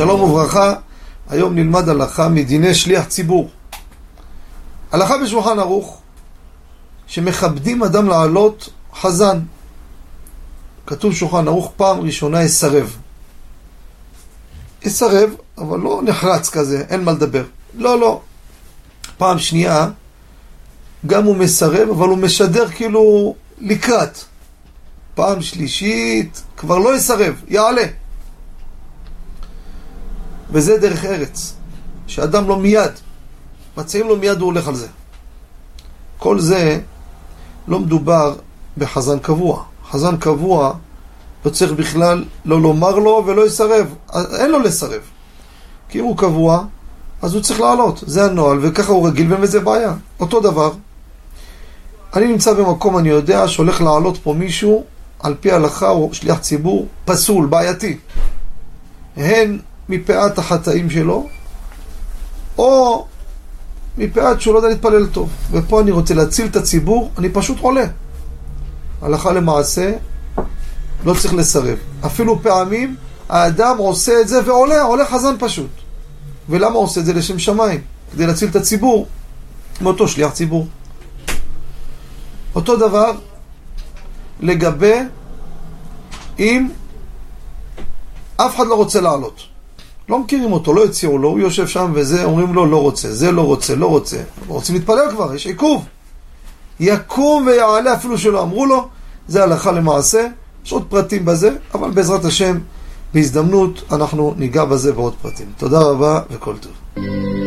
שלום וברכה. היום נלמד הלכה מדיני שליח ציבור. הלכה בשולחן ערוך שמכבדים אדם לעלות חזן. כתוב שולחן ערוך פעם ראשונה יסרב. יסרב, אבל לא נחרץ כזה, אין מה לדבר. לא. פעם שנייה גם הוא מסרב, אבל הוא משדר כאילו לקראת. פעם שלישית כבר לא יסרב, יעלה. וזה דרך ארץ, שאדם לא מיד, מציעים לו מיד הוא הולך על זה. כל זה לא מדובר בחזן קבוע. חזן קבוע לא צריך בכלל לא לומר לו ולא יסרב, אין לו לסרב. כי אם הוא קבוע, אז הוא צריך לעלות, זה הנועל, וככה הוא רגיל וזה בעיה. אותו דבר, אני נמצא במקום, אני יודע שהולך לעלות פה מישהו, על פי ההלכה הוא שליח ציבור פסול, בעייתי. הן מפאת החטאים שלו, או מפאת שהוא לא יודע להתפלל טוב. ופה אני רוצה להציל את הציבור, אני פשוט עולה. הלכה למעשה, לא צריך לסרב. אפילו פעמים, האדם עושה את זה ועולה, עולה חזן פשוט. ולמה עושה את זה? לשם שמיים, כדי להציל את הציבור, מאותו שליח ציבור. אותו דבר, לגבי אם אף אחד לא רוצה לעלות. לא מכירים אותו, לא יציעו לו, הוא יושב שם וזה, אומרים לו לא רוצה, זה לא רוצה, לא רוצה. רוצים להתפלל כבר, יש עיכוב. יקום ויעלה אפילו שלא אמרו לו, זה הלכה למעשה. יש עוד פרטים בזה, אבל בעזרת השם, בהזדמנות אנחנו ניגע בזה בעוד פרטים. תודה רבה וכל טוב.